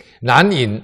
南隐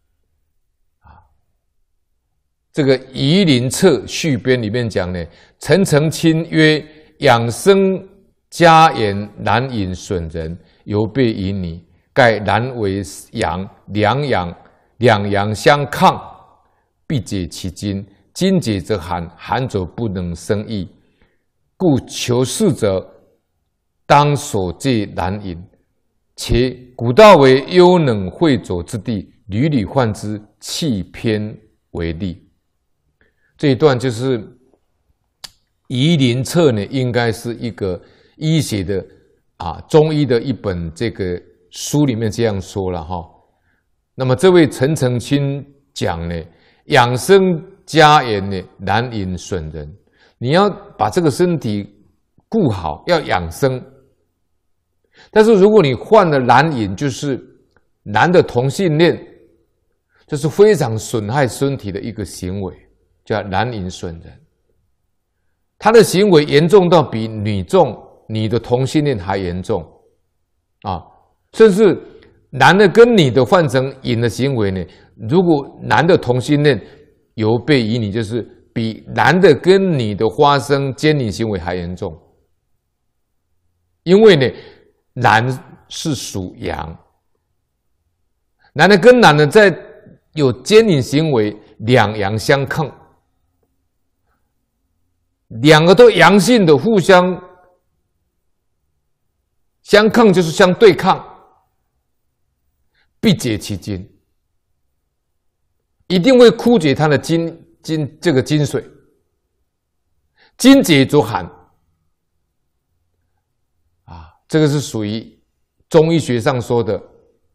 这个《夷陵策续编》里面讲呢，陈澄卿曰：“养生家言难饮损人，犹备以你。盖南为阳，两阳相抗，必解其筋。筋解则寒，寒则不能生益。故求是者，当所戒难饮。且古道为幽冷晦浊之地，屡屡患之，气偏为利。”这一段就是《夷陵策》呢，应该是一个医学的中医的一本这个书里面这样说了哈。那么这位陈澄卿讲呢，养生家言呢，难饮损人。你要把这个身体顾好，要养生。但是如果你患了难饮，就是男的同性恋，这是非常损害身体的一个行为。叫难饮损人，他的行为严重到比女的同性恋还严重甚至男的跟女的换成瘾的行为呢，如果男的同性恋犹备以你，就是比男的跟女的发生奸淫行为还严重，因为呢，男是属阳，男的跟男的在有奸淫行为，两阳相抗。两个都阳性的互相相抗，就是相对抗，必解其筋，一定会枯竭它的这个精髓。筋解则寒这个是属于中医学上说的，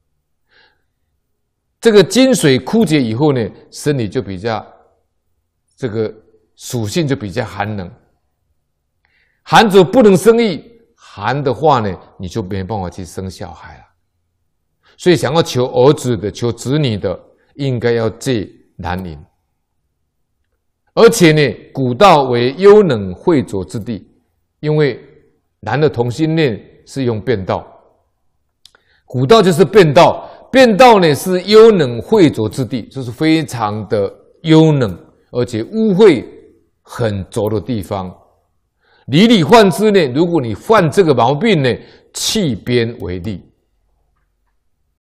这个精髓枯竭以后呢，身体就比较这个属性就比较寒冷，寒者不能生育，寒的话呢，你就没办法去生小孩了。所以想要求儿子的、求子女的，应该要戒南饮。而且呢，古道为幽冷晦浊之地，因为男的同性恋是用变道，古道就是变道，变道呢是幽冷晦浊之地，就是非常的幽冷，而且污秽很浊的地方。屡屡患之呢，如果你犯这个毛病呢，气边为利。